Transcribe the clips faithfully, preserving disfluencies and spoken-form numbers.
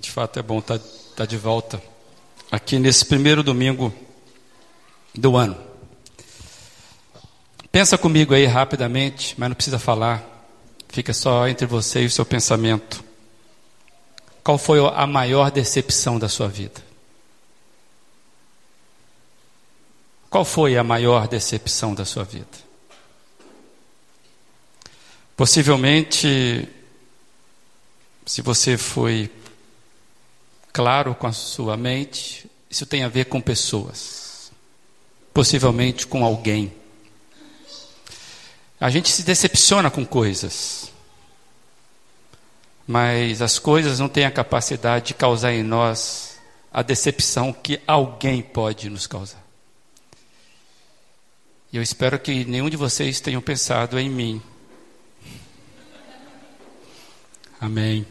De fato é bom estar, estar de volta aqui nesse primeiro domingo do ano. Pensa comigo aí rapidamente, mas não precisa falar. Fica só entre você e o seu pensamento. Qual foi a maior decepção da sua vida? Qual foi a maior decepção da sua vida? Possivelmente, se você foi claro com a sua mente, isso tem a ver com pessoas. Possivelmente com alguém. A gente se decepciona com coisas. Mas as coisas não têm a capacidade de causar em nós a decepção que alguém pode nos causar. E eu espero que nenhum de vocês tenham pensado em mim. Amém.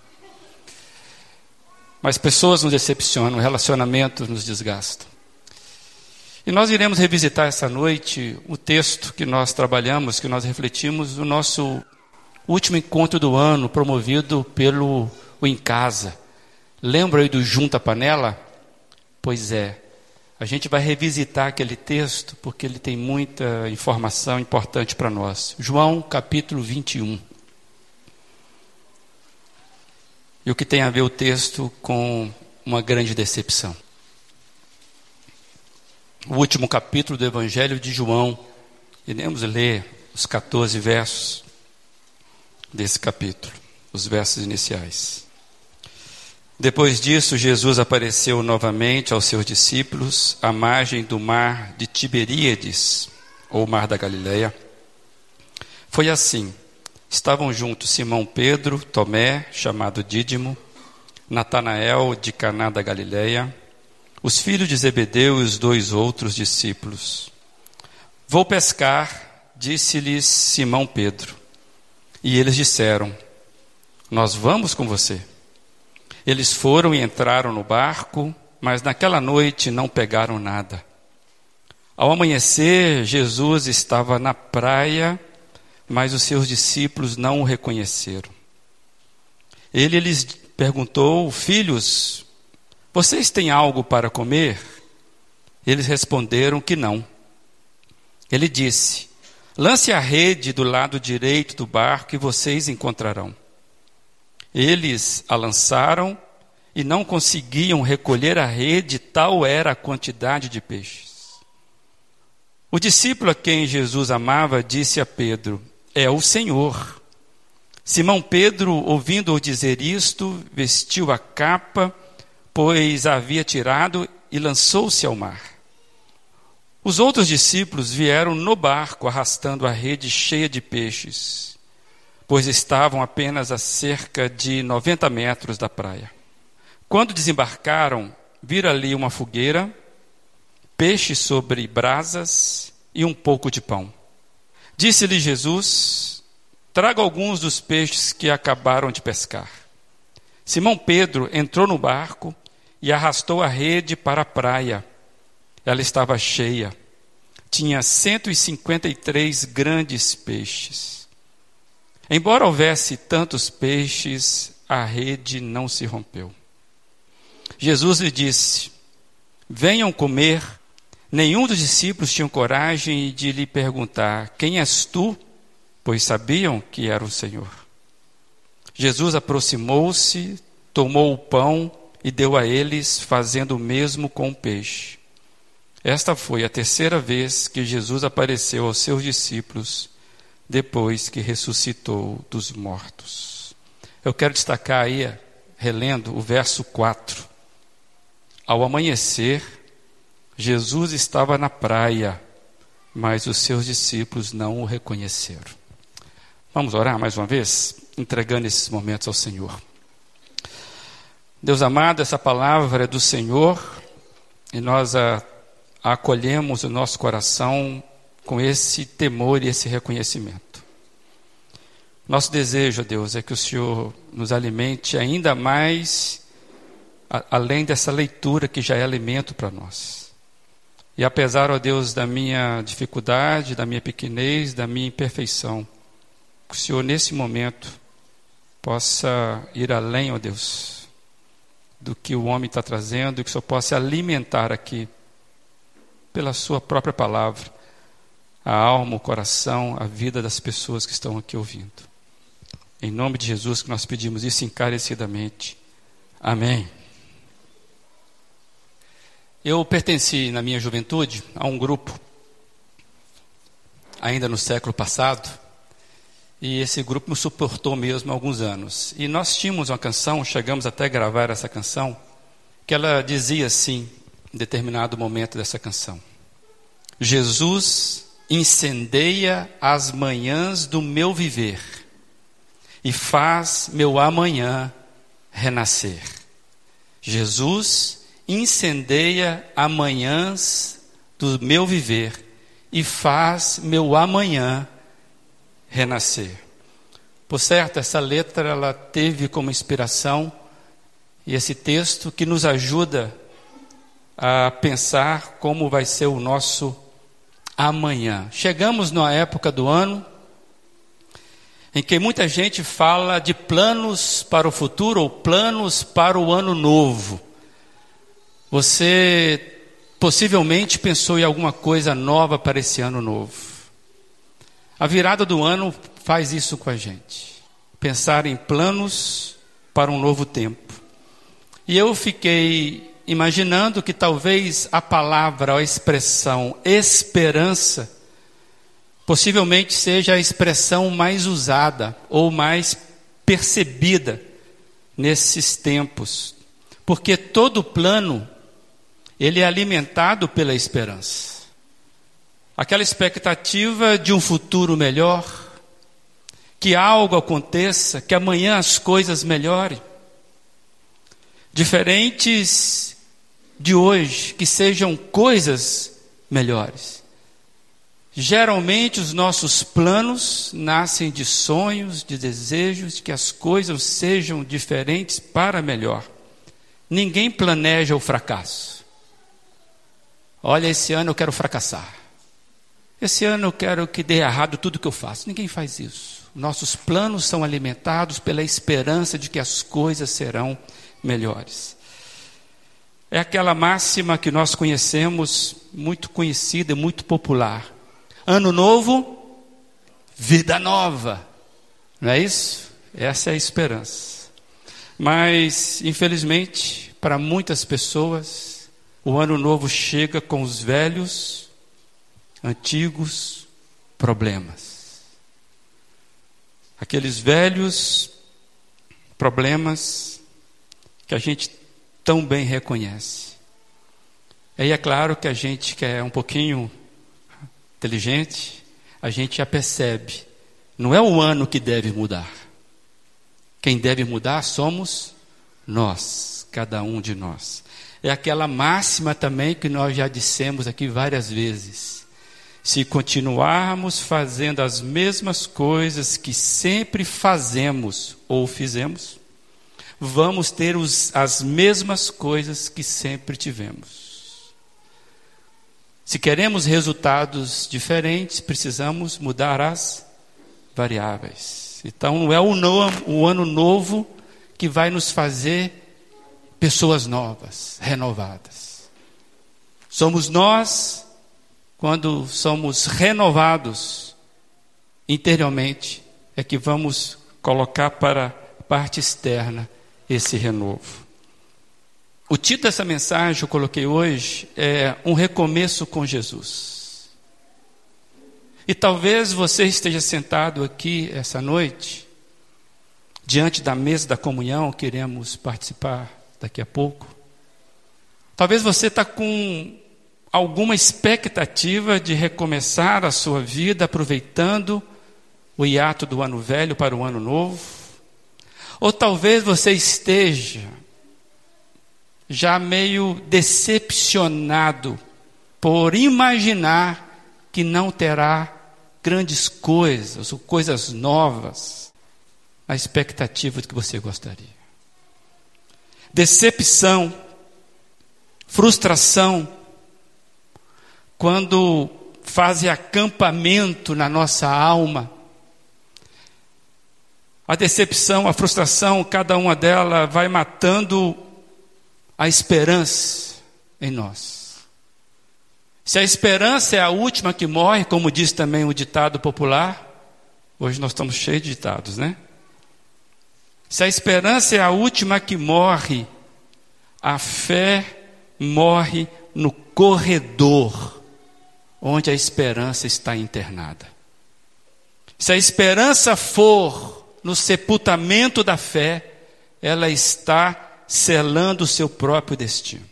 Mas pessoas nos decepcionam, relacionamentos nos desgastam. E nós iremos revisitar essa noite o texto que nós trabalhamos, que nós refletimos no nosso último encontro do ano, promovido pelo o Em Casa. Lembra aí do Junta Panela? Pois é, a gente vai revisitar aquele texto, porque ele tem muita informação importante para nós. João, capítulo vinte e um. E o que tem a ver o texto com uma grande decepção. O último capítulo do Evangelho de João. Iremos ler os catorze versos desse capítulo, os versos iniciais. Depois disso, Jesus apareceu novamente aos seus discípulos à margem do mar de Tiberíades, ou mar da Galileia. Foi assim. Estavam juntos Simão Pedro, Tomé, chamado Dídimo, Natanael de Caná da Galileia, os filhos de Zebedeu e os dois outros discípulos. Vou pescar, disse-lhes Simão Pedro. E eles disseram, nós vamos com você. Eles foram e entraram no barco, mas naquela noite não pegaram nada. Ao amanhecer, Jesus estava na praia, mas os seus discípulos não o reconheceram. Ele lhes perguntou, filhos, vocês têm algo para comer? Eles responderam que não. Ele disse, lance a rede do lado direito do barco e vocês encontrarão. Eles a lançaram e não conseguiam recolher a rede, tal era a quantidade de peixes. O discípulo a quem Jesus amava disse a Pedro, é o Senhor. Simão Pedro, ouvindo-o dizer isto, vestiu a capa, pois a havia tirado e lançou-se ao mar. Os outros discípulos vieram no barco arrastando a rede cheia de peixes, pois estavam apenas a cerca de noventa metros da praia. Quando desembarcaram, viram ali uma fogueira, peixe sobre brasas e um pouco de pão. Disse-lhe Jesus, traga alguns dos peixes que acabaram de pescar. Simão Pedro entrou no barco e arrastou a rede para a praia. Ela estava cheia. Tinha cento e cinquenta e três grandes peixes. Embora houvesse tantos peixes, a rede não se rompeu. Jesus lhe disse, venham comer. Nenhum dos discípulos tinha coragem de lhe perguntar, quem és tu? Pois sabiam que era o Senhor. Jesus aproximou-se, tomou o pão e deu a eles, fazendo o mesmo com o peixe. Esta foi a terceira vez que Jesus apareceu aos seus discípulos, depois que ressuscitou dos mortos. Eu quero destacar aí, relendo o verso quatro. Ao amanhecer, Jesus estava na praia, mas os seus discípulos não o reconheceram. Vamos orar mais uma vez, entregando esses momentos ao Senhor. Deus amado, essa palavra é do Senhor e nós a, a acolhemos no nosso coração com esse temor e esse reconhecimento. Nosso desejo, Deus, é que o Senhor nos alimente ainda mais, a, além dessa leitura que já é alimento para nós. E apesar, ó Deus, da minha dificuldade, da minha pequenez, da minha imperfeição, que o Senhor, nesse momento, possa ir além, ó Deus, do que o homem está trazendo e que o Senhor possa alimentar aqui, pela sua própria palavra, a alma, o coração, a vida das pessoas que estão aqui ouvindo. Em nome de Jesus que nós pedimos isso encarecidamente. Amém. Eu pertenci na minha juventude a um grupo, ainda no século passado, e esse grupo me suportou mesmo há alguns anos. E nós tínhamos uma canção, chegamos até a gravar essa canção, que ela dizia assim, em determinado momento dessa canção: Jesus incendeia as manhãs do meu viver e faz meu amanhã renascer. Jesus incendeia amanhãs do meu viver e faz meu amanhã renascer. Por certo, essa letra ela teve como inspiração e esse texto que nos ajuda a pensar como vai ser o nosso amanhã. Chegamos numa época do ano em que muita gente fala de planos para o futuro ou planos para o ano novo. Você possivelmente pensou em alguma coisa nova para esse ano novo. A virada do ano faz isso com a gente. Pensar em planos para um novo tempo. E eu fiquei imaginando que talvez a palavra, a expressão esperança, possivelmente seja a expressão mais usada ou mais percebida nesses tempos. Porque todo plano, ele é alimentado pela esperança. Aquela expectativa de um futuro melhor, que algo aconteça, que amanhã as coisas melhorem. Diferentes de hoje, que sejam coisas melhores. Geralmente os nossos planos nascem de sonhos, de desejos, de que as coisas sejam diferentes para melhor. Ninguém planeja o fracasso. Olha, esse ano eu quero fracassar. Esse ano eu quero que dê errado tudo que eu faço. Ninguém faz isso. Nossos planos são alimentados pela esperança de que as coisas serão melhores. É aquela máxima que nós conhecemos, muito conhecida, muito popular. Ano novo, vida nova. Não é isso? Essa é a esperança. Mas, infelizmente, para muitas pessoas, o ano novo chega com os velhos, antigos problemas. Aqueles velhos problemas que a gente tão bem reconhece. Aí é claro que a gente que é um pouquinho inteligente, a gente já percebe. Não é o ano que deve mudar. Quem deve mudar somos nós, cada um de nós. É aquela máxima também que nós já dissemos aqui várias vezes. Se continuarmos fazendo as mesmas coisas que sempre fazemos ou fizemos, vamos ter os, as mesmas coisas que sempre tivemos. Se queremos resultados diferentes, precisamos mudar as variáveis. Então não é o, no, o ano novo que vai nos fazer pessoas novas, renovadas. Somos nós, quando somos renovados interiormente, é que vamos colocar para a parte externa esse renovo. O título dessa mensagem que eu coloquei hoje é Um Recomeço com Jesus. E talvez você esteja sentado aqui essa noite, diante da mesa da comunhão, queremos participar daqui a pouco. Talvez você está com alguma expectativa de recomeçar a sua vida, aproveitando o hiato do ano velho para o ano novo. Ou talvez você esteja já meio decepcionado por imaginar que não terá grandes coisas ou coisas novas na expectativa do que você gostaria. Decepção, frustração, quando fazem acampamento na nossa alma. A decepção, a frustração, cada uma delas vai matando a esperança em nós. Se a esperança é a última que morre, como diz também o ditado popular, hoje nós estamos cheios de ditados, né? Se a esperança é a última que morre, a fé morre no corredor onde a esperança está internada. Se a esperança for no sepultamento da fé, ela está selando o seu próprio destino.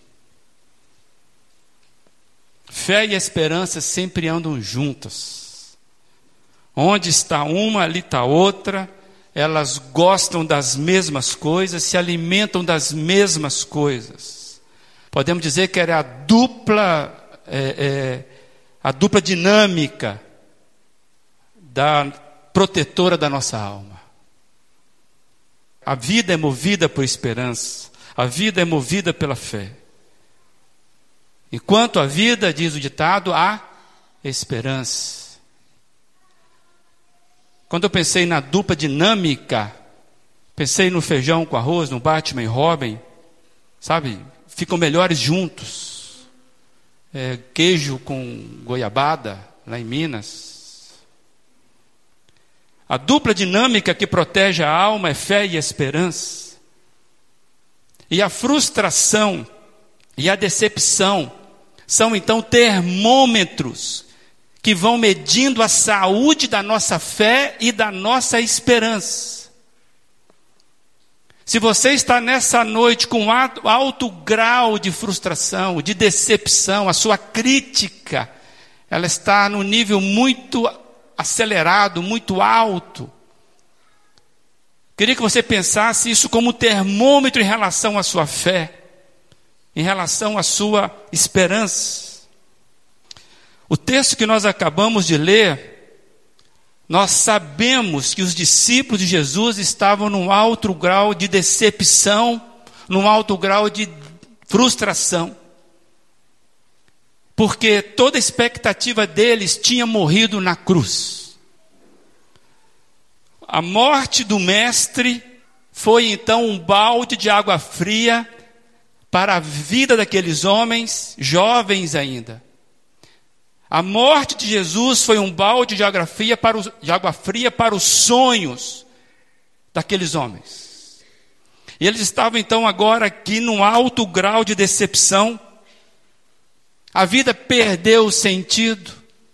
Fé e esperança sempre andam juntas. Onde está uma, ali está outra. Elas gostam das mesmas coisas, se alimentam das mesmas coisas. Podemos dizer que era a dupla, é, é, a dupla dinâmica da protetora da nossa alma. A vida é movida por esperança. A vida é movida pela fé. Enquanto a vida, diz o ditado, há esperança. Quando eu pensei na dupla dinâmica, pensei no feijão com arroz, no Batman e Robin, sabe? Ficam melhores juntos. É, queijo com goiabada, lá em Minas. A dupla dinâmica que protege a alma é fé e esperança. E a frustração e a decepção são então termômetros que vão medindo a saúde da nossa fé e da nossa esperança. Se você está nessa noite com alto, alto grau de frustração, de decepção, a sua crítica, ela está no nível muito acelerado, muito alto. Queria que você pensasse isso como termômetro em relação à sua fé, em relação à sua esperança. O texto que nós acabamos de ler, nós sabemos que os discípulos de Jesus estavam num alto grau de decepção, num alto grau de frustração. Porque toda a expectativa deles tinha morrido na cruz. A morte do mestre foi então um balde de água fria para a vida daqueles homens, jovens ainda. A morte de Jesus foi um balde de água fria para os, de água fria para os sonhos daqueles homens. E eles estavam então agora aqui num alto grau de decepção. A vida perdeu o sentido.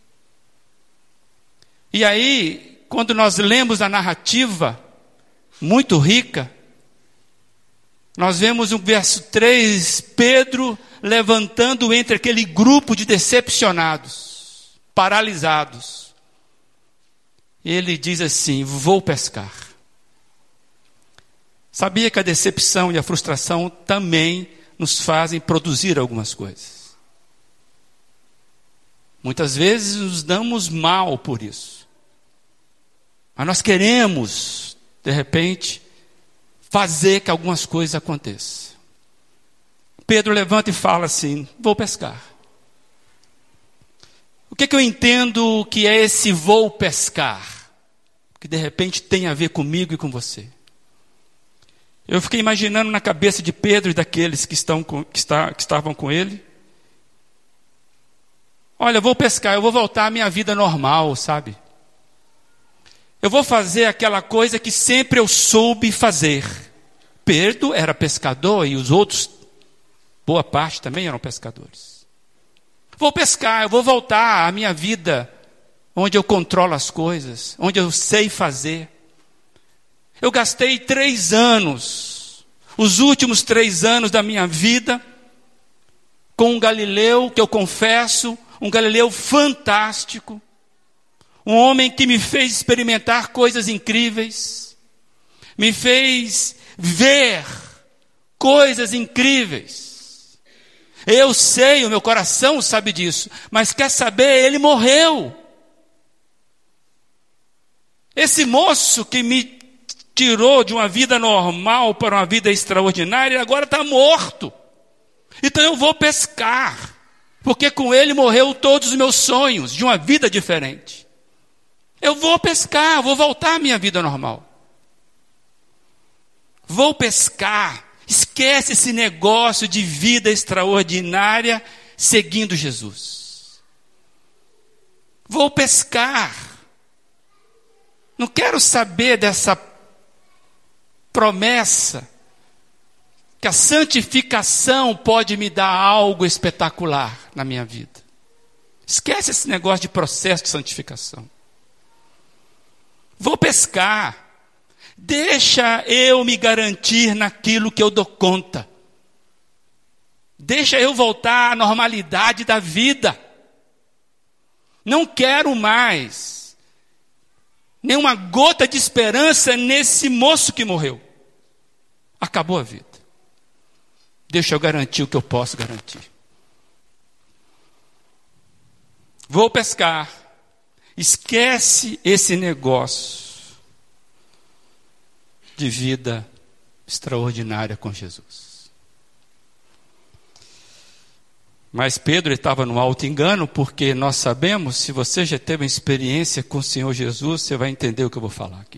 E aí, quando nós lemos a narrativa, muito rica, nós vemos no verso três, Pedro levantando entre aquele grupo de decepcionados, paralisados. Ele diz assim: vou pescar. Sabia que a decepção e a frustração também nos fazem produzir algumas coisas. Muitas vezes nos damos mal por isso. Mas nós queremos, de repente, fazer que algumas coisas aconteçam. Pedro levanta e fala assim: vou pescar. O que, que eu entendo que é esse vou pescar? Que de repente tem a ver comigo e com você. Eu fiquei imaginando na cabeça de Pedro e daqueles que, estão com, que, está, que estavam com ele. Olha, eu vou pescar, eu vou voltar à minha vida normal, sabe? Eu vou fazer aquela coisa que sempre eu soube fazer. Pedro era pescador e os outros, boa parte também eram pescadores. Vou pescar, eu vou voltar à minha vida, onde eu controlo as coisas, onde eu sei fazer. Eu gastei três anos, os últimos três anos da minha vida, com um Galileu, que eu confesso, um Galileu fantástico, um homem que me fez experimentar coisas incríveis, me fez ver coisas incríveis. Eu sei, o meu coração sabe disso, mas quer saber, ele morreu. Esse moço que me tirou de uma vida normal para uma vida extraordinária, agora está morto. Então eu vou pescar, porque com ele morreu todos os meus sonhos de uma vida diferente. Eu vou pescar, vou voltar à minha vida normal. Vou pescar. Esquece esse negócio de vida extraordinária seguindo Jesus. Vou pescar. Não quero saber dessa promessa que a santificação pode me dar algo espetacular na minha vida. Esquece esse negócio de processo de santificação. Vou pescar. Deixa eu me garantir naquilo que eu dou conta. Deixa eu voltar à normalidade da vida. Não quero mais nenhuma gota de esperança nesse moço que morreu. Acabou a vida. Deixa eu garantir o que eu posso garantir. Vou pescar. Esquece esse negócio de vida extraordinária com Jesus. Mas Pedro estava no alto engano, porque nós sabemos, se você já teve uma experiência com o Senhor Jesus, você vai entender o que eu vou falar aqui.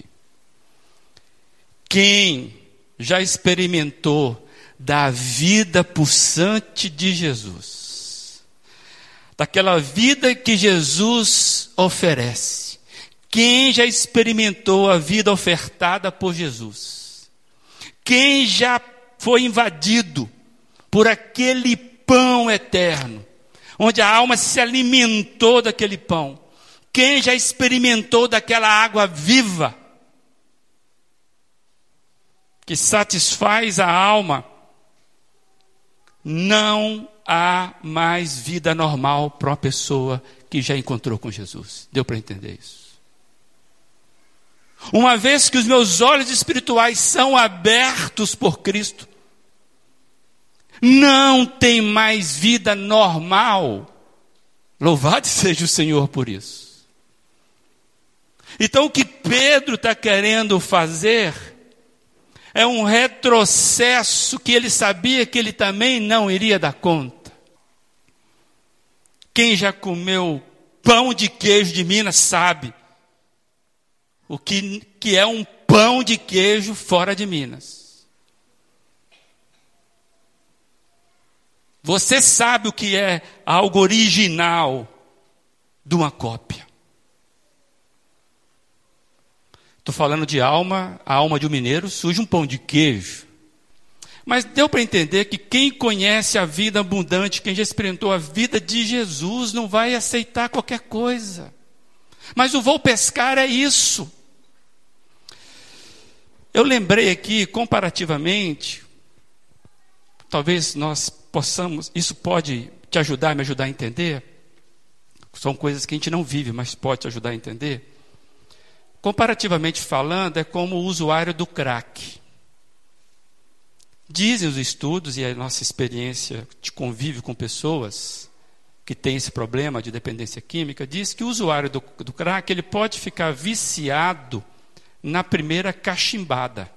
Quem já experimentou da vida pulsante de Jesus, daquela vida que Jesus oferece, quem já experimentou a vida ofertada por Jesus? Quem já foi invadido por aquele pão eterno, onde a alma se alimentou daquele pão? Quem já experimentou daquela água viva, que satisfaz a alma? Não há mais vida normal para uma pessoa que já encontrou com Jesus. Deu para entender isso? Uma vez que os meus olhos espirituais são abertos por Cristo, não tem mais vida normal. Louvado seja o Senhor por isso. Então o que Pedro está querendo fazer é um retrocesso que ele sabia que ele também não iria dar conta. Quem já comeu pão de queijo de Minas sabe o que, que é um pão de queijo fora de Minas. Você sabe o que é algo original de uma cópia. Estou falando de alma, a alma de um mineiro surge um pão de queijo. Mas deu para entender que quem conhece a vida abundante, quem já experimentou a vida de Jesus, não vai aceitar qualquer coisa. Mas o vou pescar é isso. Eu lembrei aqui, comparativamente, talvez nós possamos, isso pode te ajudar, me ajudar a entender. São coisas que a gente não vive, mas pode te ajudar a entender. Comparativamente falando, é como o usuário do crack. Dizem os estudos e a nossa experiência de convívio com pessoas que têm esse problema de dependência química, diz que o usuário do, do crack ele pode ficar viciado na primeira cachimbada.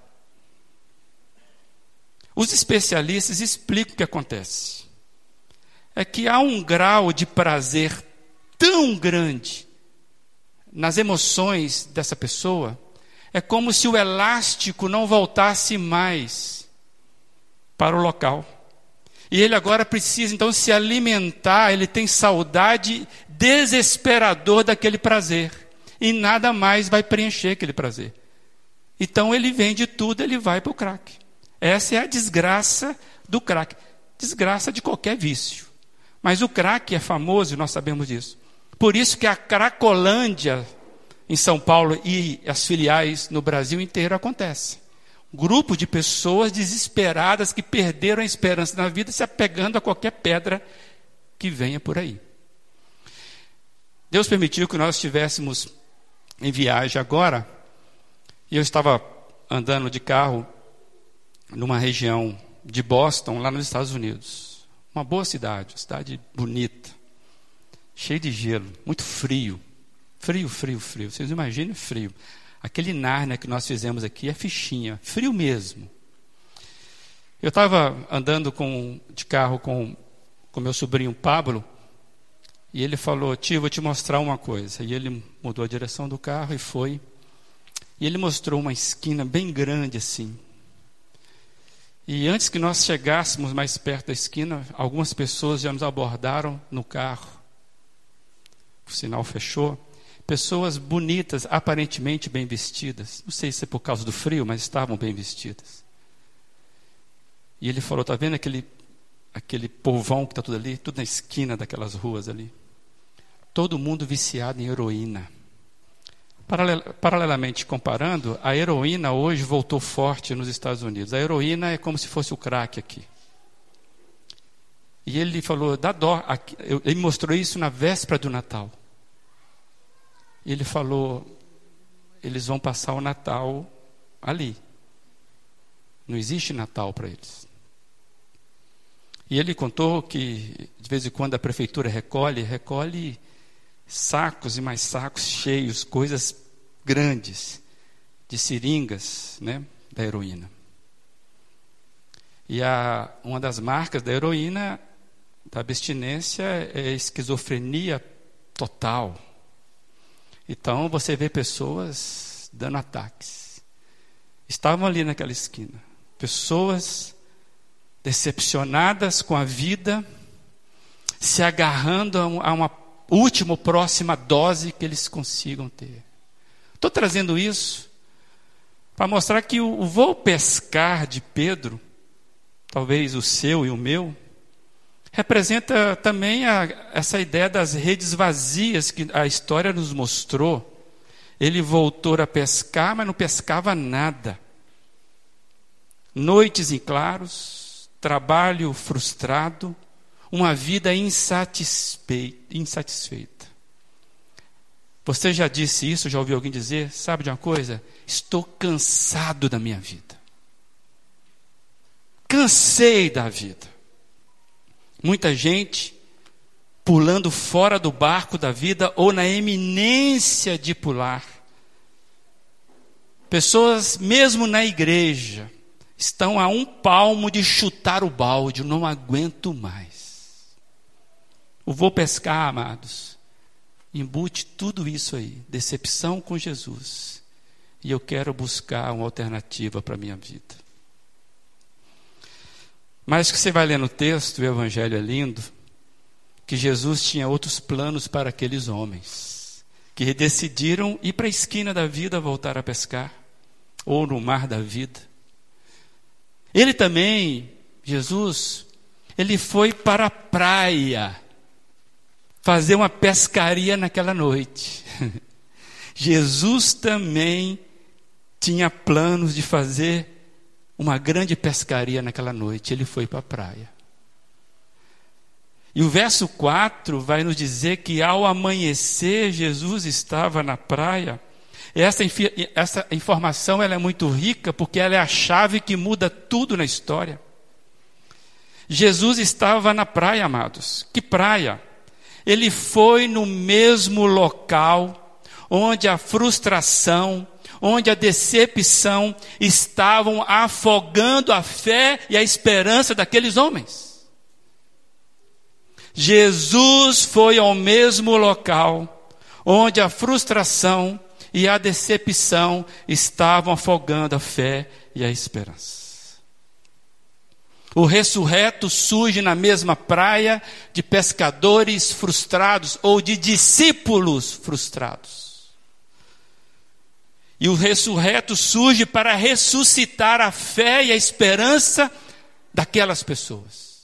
Os especialistas explicam o que acontece. É que há um grau de prazer tão grande nas emoções dessa pessoa, é como se o elástico não voltasse mais para o local. E ele agora precisa então se alimentar, ele tem saudade desesperador daquele prazer. E nada mais vai preencher aquele prazer. Então ele vende tudo, ele vai para o crack. Essa é a desgraça do crack. Desgraça de qualquer vício. Mas o crack é famoso, nós sabemos disso. Por isso que a Cracolândia em São Paulo e as filiais no Brasil inteiro acontecem. Grupo de pessoas desesperadas que perderam a esperança na vida se apegando a qualquer pedra que venha por aí. Deus permitiu que nós estivéssemos em viagem agora, e eu estava andando de carro numa região de Boston, lá nos Estados Unidos. Uma boa cidade, uma cidade bonita, cheia de gelo, muito frio. Frio, frio, frio. Vocês imaginem frio. Aquele Nárnia que nós fizemos aqui é fichinha, frio mesmo. Eu estava andando com, de carro com com meu sobrinho Pablo, e ele falou: tio, vou te mostrar uma coisa. E ele mudou a direção do carro e foi. E ele mostrou uma esquina bem grande assim. E antes que nós chegássemos mais perto da esquina, algumas pessoas já nos abordaram no carro. O sinal fechou. Pessoas bonitas, aparentemente bem vestidas. Não sei se é por causa do frio, mas estavam bem vestidas. E ele falou, está vendo aquele, aquele povão que está tudo ali? Tudo na esquina daquelas ruas ali. Todo mundo viciado em heroína. Paralel, paralelamente comparando, a heroína hoje voltou forte nos Estados Unidos. A heroína é como se fosse o crack aqui. E ele falou, dá dó. Aqui, ele mostrou isso na véspera do Natal. E ele falou, eles vão passar o Natal ali. Não existe Natal para eles. E ele contou que, de vez em quando, a prefeitura recolhe, recolhe sacos e mais sacos cheios, coisas grandes, de seringas, né, da heroína. E a, uma das marcas da heroína, da abstinência, é esquizofrenia total. Então, você vê pessoas dando ataques. Estavam ali naquela esquina. Pessoas decepcionadas com a vida, se agarrando a uma última, próxima dose que eles consigam ter. Estou trazendo isso para mostrar que o, o vou pescar de Pedro, talvez o seu e o meu, representa também a, essa ideia das redes vazias que a história nos mostrou. Ele voltou a pescar, mas não pescava nada. Noites em claros, trabalho frustrado, uma vida insatisfeita. Você já disse isso, já ouviu alguém dizer? Sabe de uma coisa? Estou cansado da minha vida. Cansei da vida. Muita gente pulando fora do barco da vida ou na iminência de pular. Pessoas, mesmo na igreja, estão a um palmo de chutar o balde. Não aguento mais. O vou pescar, amados, embute tudo isso aí. Decepção com Jesus. E eu quero buscar uma alternativa para a minha vida. Mas que você vai ler no texto, o Evangelho é lindo, que Jesus tinha outros planos para aqueles homens, que decidiram ir para a esquina da vida voltar a pescar, ou no mar da vida. Ele também, Jesus, ele foi para a praia, fazer uma pescaria naquela noite. Jesus também tinha planos de fazer uma grande pescaria naquela noite. Ele foi para a praia. E o verso quatro vai nos dizer que ao amanhecer Jesus estava na praia. Essa, essa informação ela é muito rica porque ela é a chave que muda tudo na história. Jesus estava na praia, amados. Que praia? Ele foi no mesmo local onde a frustração, onde a decepção estavam afogando a fé e a esperança daqueles homens. Jesus foi ao mesmo local onde a frustração e a decepção estavam afogando a fé e a esperança. O ressurreto surge na mesma praia de pescadores frustrados ou de discípulos frustrados. E o ressurreto surge para ressuscitar a fé e a esperança daquelas pessoas.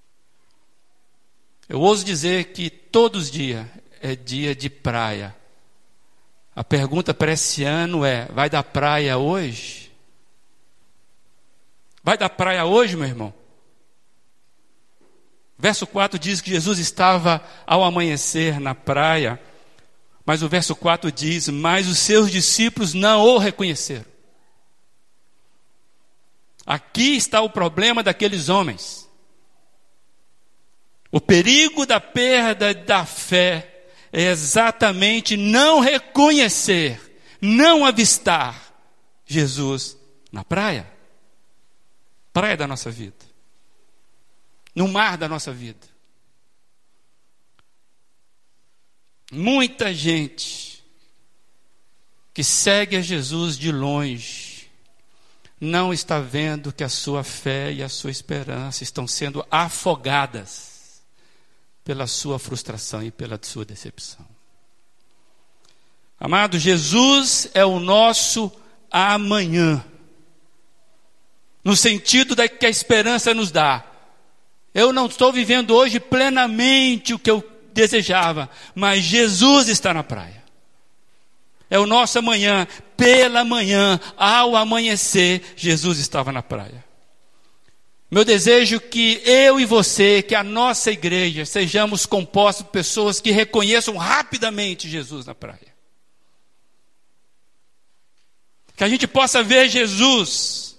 Eu ouso dizer que todos os dias é dia de praia. A pergunta para esse ano é, vai dar praia hoje? Vai dar praia hoje, meu irmão? Verso quatro diz que Jesus estava ao amanhecer na praia. Mas o verso quatro diz, mas os seus discípulos não o reconheceram. Aqui está o problema daqueles homens. O perigo da perda da fé é exatamente não reconhecer, não avistar Jesus na praia. Praia da nossa vida. No mar da nossa vida. Muita gente que segue a Jesus de longe não está vendo que a sua fé e a sua esperança estão sendo afogadas pela sua frustração e pela sua decepção. Amado, Jesus é o nosso amanhã, no sentido da que a esperança nos dá. Eu não estou vivendo hoje plenamente o que eu desejava, mas Jesus está na praia. É o nosso amanhã. Pela manhã, ao amanhecer, Jesus estava na praia. Meu desejo é que eu e você, que a nossa igreja, sejamos compostos por pessoas que reconheçam rapidamente Jesus na praia. Que a gente possa ver Jesus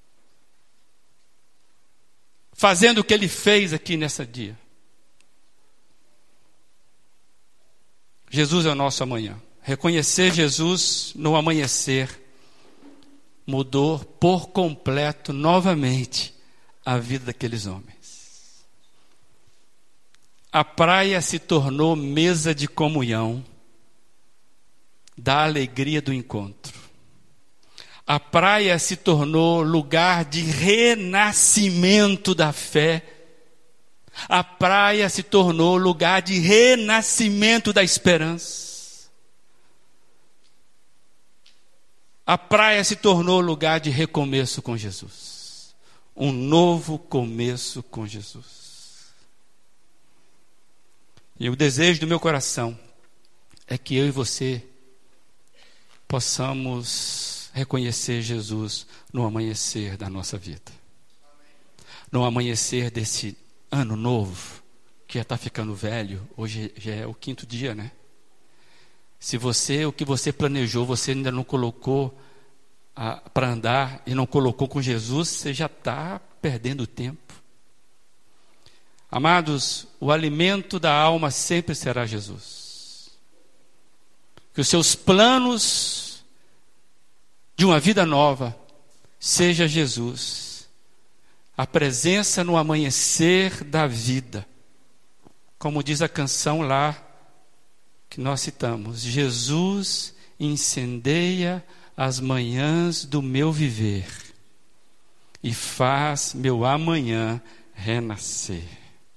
fazendo o que Ele fez aqui nessa dia. Jesus é o nosso amanhã. Reconhecer Jesus no amanhecer mudou por completo, novamente, a vida daqueles homens. A praia se tornou mesa de comunhão, da alegria do encontro. A praia se tornou lugar de renascimento da fé. A praia se tornou lugar de renascimento da esperança. A praia se tornou lugar de recomeço com Jesus. Um novo começo com Jesus. E o desejo do meu coração é que eu e você possamos reconhecer Jesus no amanhecer da nossa vida. No amanhecer desse ano novo, que já está ficando velho, hoje já é o quinto dia, né? Se você, o que você planejou, você ainda não colocou para andar e não colocou com Jesus, você já está perdendo tempo. Amados, o alimento da alma sempre será Jesus. Que os seus planos de uma vida nova seja Jesus. A presença no amanhecer da vida. Como diz a canção lá que nós citamos, Jesus incendeia as manhãs do meu viver e faz meu amanhã renascer.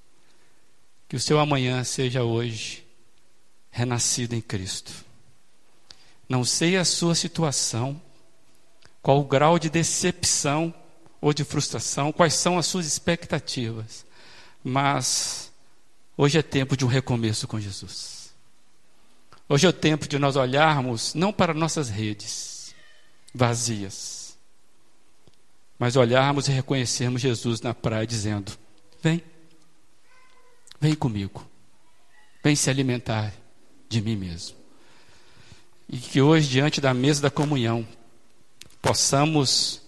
Que o seu amanhã seja hoje renascido em Cristo. Não sei a sua situação, qual o grau de decepção ou de frustração, quais são as suas expectativas, mas hoje é tempo de um recomeço com Jesus. Hoje é o tempo de nós olharmos não para nossas redes vazias, mas olharmos e reconhecermos Jesus na praia dizendo: vem, vem comigo, vem se alimentar de mim mesmo. E que hoje, diante da mesa da comunhão, possamos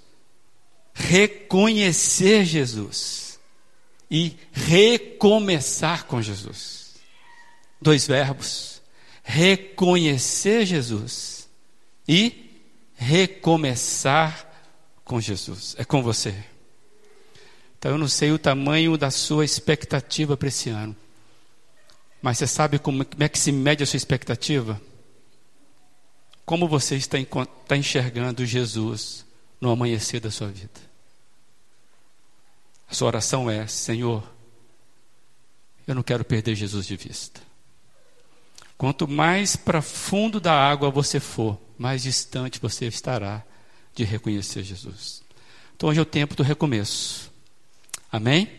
reconhecer Jesus e recomeçar com Jesus. Dois verbos: reconhecer Jesus e recomeçar com Jesus. É com você. Então eu não sei o tamanho da sua expectativa para esse ano, mas você sabe como é que se mede a sua expectativa? Como você está, está enxergando Jesus no amanhecer da sua vida? A sua oração é: Senhor, eu não quero perder Jesus de vista. Quanto mais para fundo da água você for, mais distante você estará de reconhecer Jesus. Então hoje é o tempo do recomeço. Amém?